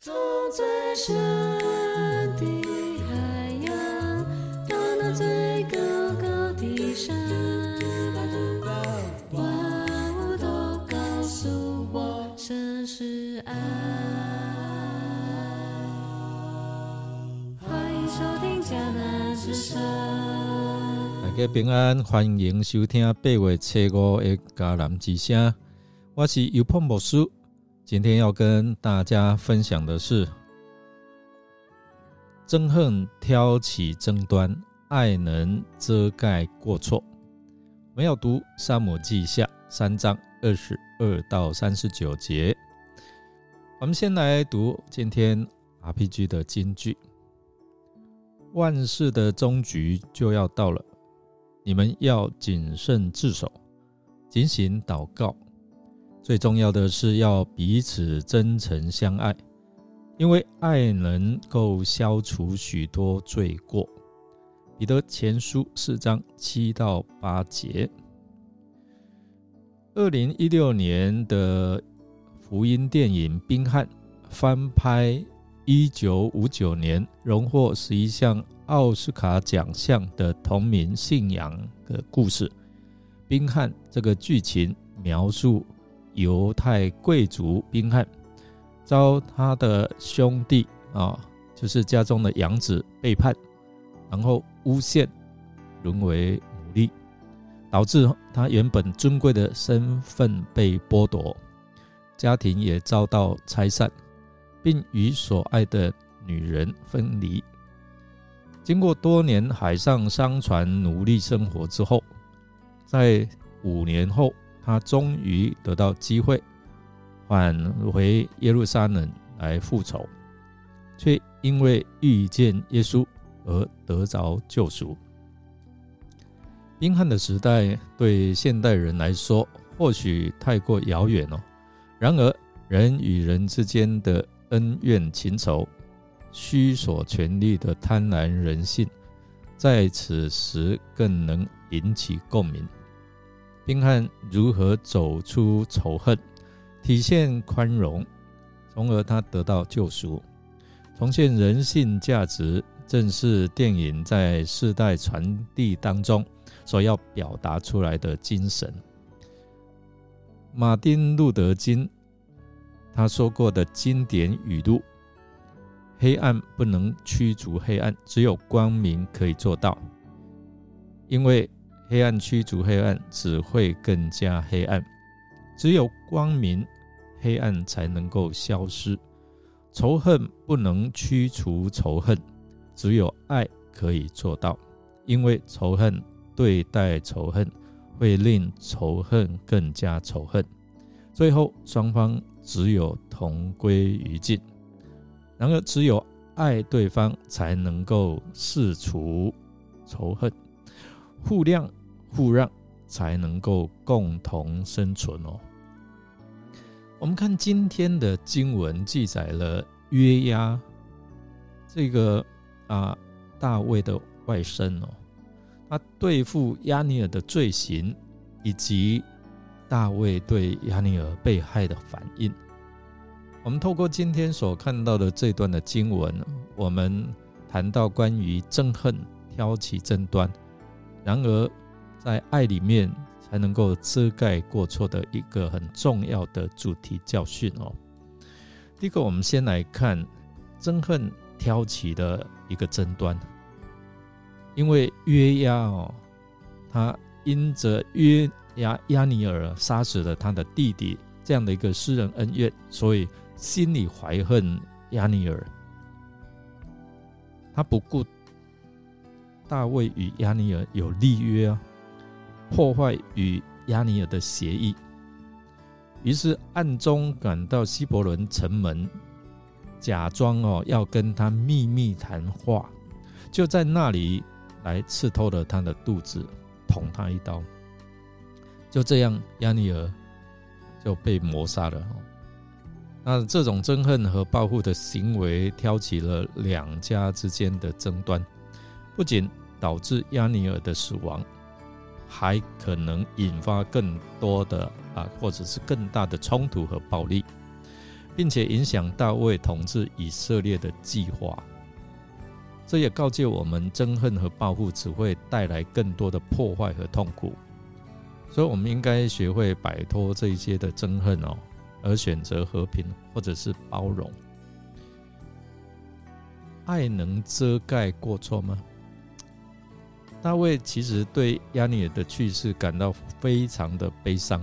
走在深的海洋，到那最高高的山，万物都告诉我，神是爱。欢迎收听迦南之声。 大家平安，欢迎收听8月初5的迦南之声，我是尤鹏牧师。今天要跟大家分享的是憎恨挑起争端，爱能遮盖过错。我们要读撒母记下3章22到39节。我们先来读今天 RPG 的金句：万事的终局就要到了，你们要谨慎自守，警醒祷告。最重要的是要彼此真诚相爱，因为爱能够消除许多罪过。彼得前书4章7到8节。2016年的福音电影《宾汉》翻拍1959年荣获11项奥斯卡奖项的同名信仰的故事。宾汉这个剧情描述犹太贵族宾汉遭他的兄弟就是家中的养子背叛，然后诬陷，沦为奴隶，导致他原本尊贵的身份被剥夺，家庭也遭到拆散，并与所爱的女人分离。经过多年海上商船奴隶生活之后，在5年后他终于得到机会返回耶路撒冷来复仇，却因为遇见耶稣而得着救赎。宾汉的时代对现代人来说或许太过遥远然而人与人之间的恩怨情仇，虚索权力的贪婪人性，在此时更能引起共鸣。宾汉如何走出仇恨，体现宽容，从而他得到救赎，重现人性价值，正是电影在世代传递当中所要表达出来的精神。马丁路德金他说过的经典语录：黑暗不能驱逐黑暗，只有光明可以做到。因为黑暗驱逐黑暗，只会更加黑暗。只有光明，黑暗才能够消失。仇恨不能驱除仇恨，只有爱可以做到。因为仇恨对待仇恨，会令仇恨更加仇恨，最后双方只有同归于尽。然而只有爱对方，才能够释除仇恨，互谅互让，才能够共同生存我们看今天的经文记载了约押这个大卫的外甥他对付押尼珥的罪行，以及大卫对押尼珥被害的反应。我们透过今天所看到的这段的经文，我们谈到关于憎恨挑起争端，然而在爱里面才能够遮盖过错的一个很重要的主题教训第一个，我们先来看憎恨挑起的一个争端。因为约押他因着押尼珥杀死了他的弟弟这样的一个私人恩怨，所以心里怀恨押尼珥。他不顾大卫与押尼珥有立约破坏与押尼珥的协议，于是暗中赶到希伯伦城门，假装要跟他秘密谈话，就在那里来刺透了他的肚子，捅他一刀。就这样押尼珥就被谋杀了那这种憎恨和报复的行为挑起了两家之间的争端，不仅导致押尼珥的死亡，还可能引发更多的或者是更大的冲突和暴力。 并且影响大卫统治以色列的计划。这也告诫我们，憎恨和报复只会带来更多的破坏和痛苦，所以我们应该学会摆脱这一些的憎恨而选择和平或者是包容。爱能遮盖过错吗？大卫其实对押尼珥的去世感到非常的悲伤，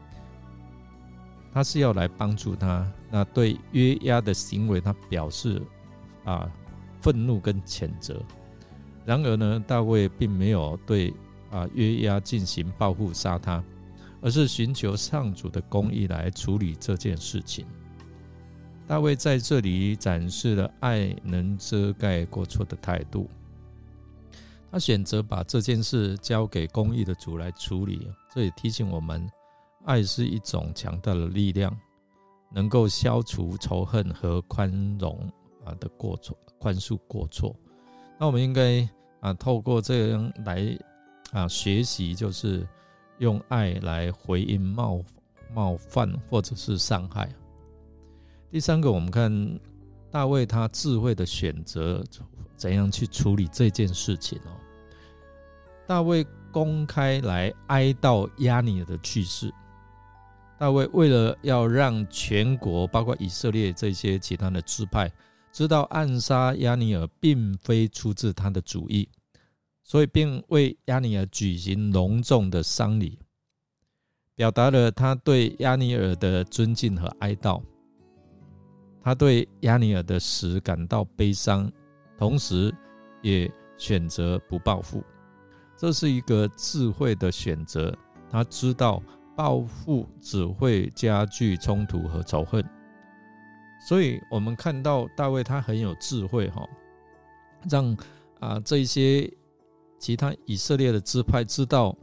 他是要来帮助他。那对约押的行为，他表示愤怒跟谴责。然而呢，大卫并没有对约押进行报复杀他，而是寻求上主的公义来处理这件事情。大卫在这里展示了爱能遮盖过错的态度，他选择把这件事交给公义的主来处理。这也提醒我们，爱是一种强大的力量，能够消除仇恨和宽容的过错，宽恕过错。那我们应该透过这样来学习，就是用爱来回应冒犯或者是伤害。第三个，我们看大卫他智慧的选择，怎样去处理这件事情。大卫公开来哀悼押尼珥的去世。大卫为了要让全国包括以色列这些其他的支派知道暗杀押尼珥并非出自他的主意，所以便为押尼珥举行隆重的丧礼，表达了他对押尼珥的尊敬和哀悼。他对押尼珥的死感到悲伤，同时也选择不报复。这是一个智慧的选择，他知道报复只会加剧冲突和仇恨。所以我们看到大卫他很有智慧，让这一些其他以色列的支派知道，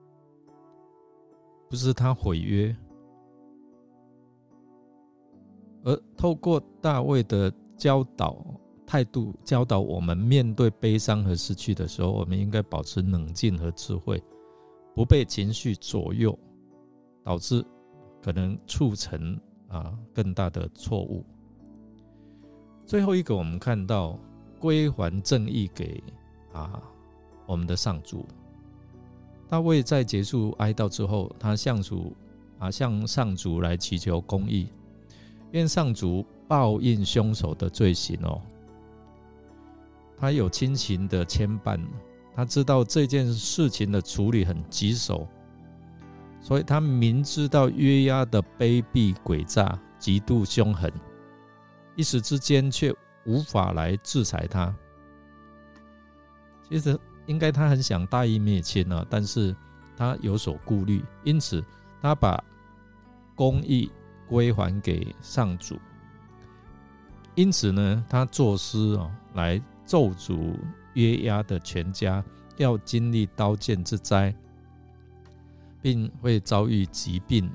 不是他毁约，而透过大卫的教导态度，教导我们面对悲伤和失去的时候，我们应该保持冷静和智慧，不被情绪左右，导致可能促成更大的错误。最后一个，我们看到归还正义给我们的上主。大卫在结束哀悼之后，他向上主来祈求公义，愿上主报应凶手的罪行。他有亲情的牵绊，他知道这件事情的处理很棘手，所以他明知道约押的卑鄙诡诈极度凶狠，一时之间却无法来制裁他。其实应该他很想大义灭亲，但是他有所顾虑，因此他把公义归还给上主。因此呢，他作诗来咒诅约押的全家，要经历刀剑之灾，并会遭遇疾病、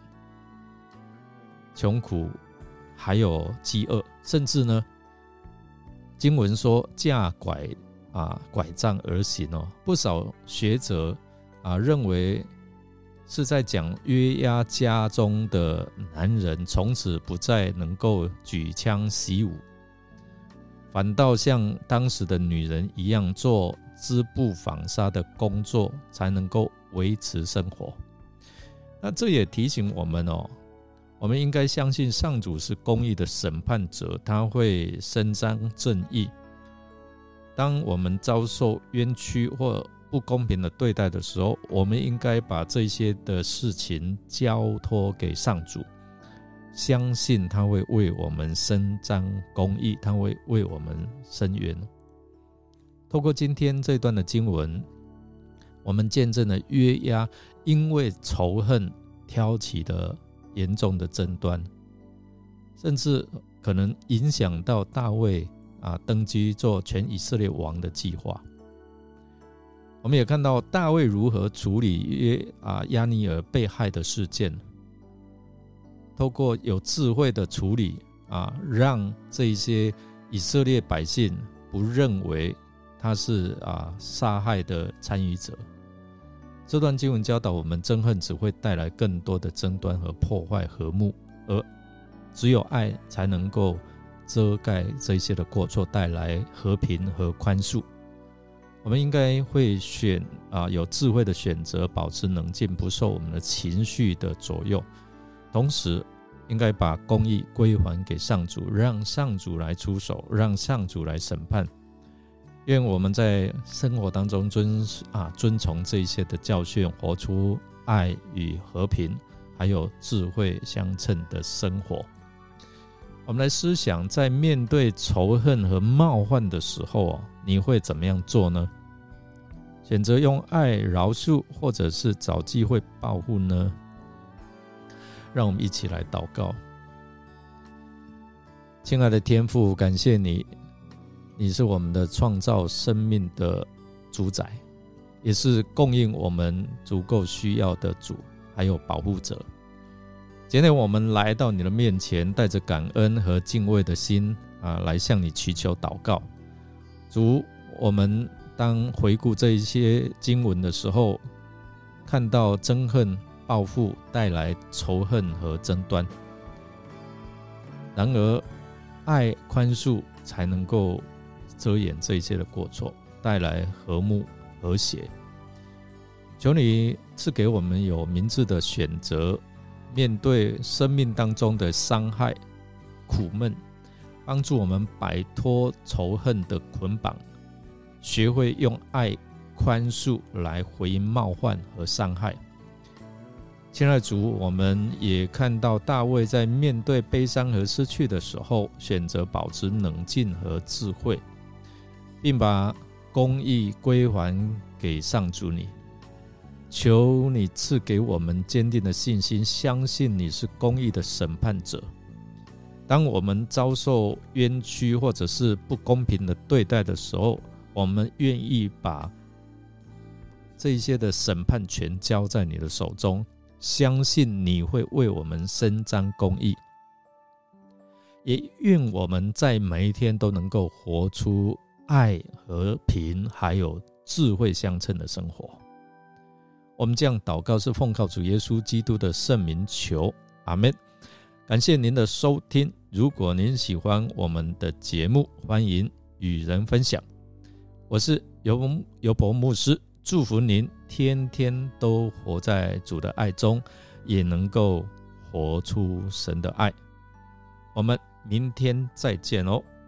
穷苦，还有饥饿，甚至呢，经文说架拐杖而行。不少学者认为是在讲约押家中的男人从此不再能够举枪习武，反倒像当时的女人一样做织布纺纱的工作，才能够维持生活。那这也提醒我们我们应该相信上主是公义的审判者，他会伸张正义。当我们遭受冤屈或不公平的对待的时候，我们应该把这些的事情交托给上主，相信他会为我们伸张公义，他会为我们伸冤。透过今天这段的经文，我们见证了约押因为仇恨挑起的严重的争端，甚至可能影响到大卫登基做全以色列王的计划。我们也看到大卫如何处理押尼珥被害的事件，透过有智慧的处理让这一些以色列百姓不认为他是杀害的参与者。这段经文教导我们，憎恨只会带来更多的争端和破坏和睦，而只有爱才能够遮盖这些的过错，带来和平和宽恕。我们应该会有智慧的选择，保持冷静，不受我们的情绪的左右，同时应该把公义归还给上主，让上主来出手，让上主来审判。愿我们在生活当中遵从这一些的教训，活出爱与和平还有智慧相称的生活。我们来思想，在面对仇恨和冒犯的时候，你会怎么样做呢？选择用爱饶恕，或者是找机会报复呢？让我们一起来祷告。亲爱的天父，感谢你，你是我们的创造生命的主宰，也是供应我们足够需要的主，还有保护者。今天我们来到你的面前，带着感恩和敬畏的心来向你祈求祷告。主，我们当回顾这一些经文的时候，看到憎恨报复带来仇恨和争端，然而爱宽恕才能够遮掩这一些的过错，带来和睦和谐。求你赐给我们有明智的选择，面对生命当中的伤害苦闷，帮助我们摆脱仇恨的捆绑，学会用爱宽恕来回应冒犯和伤害。亲爱的主，我们也看到大卫在面对悲伤和失去的时候，选择保持冷静和智慧，并把公义归还给上主你。求你赐给我们坚定的信心，相信你是公义的审判者。当我们遭受冤屈或者是不公平的对待的时候，我们愿意把这些的审判权交在你的手中，相信你会为我们伸张公义。也愿我们在每一天都能够活出爱、和平还有智慧相称的生活。我们这样祷告是奉靠主耶稣基督的圣名求，阿们。感谢您的收听，如果您喜欢我们的节目，欢迎与人分享。我是尤伯牧师，祝福您天天都活在主的爱中，也能够活出神的爱。我们明天再见哦。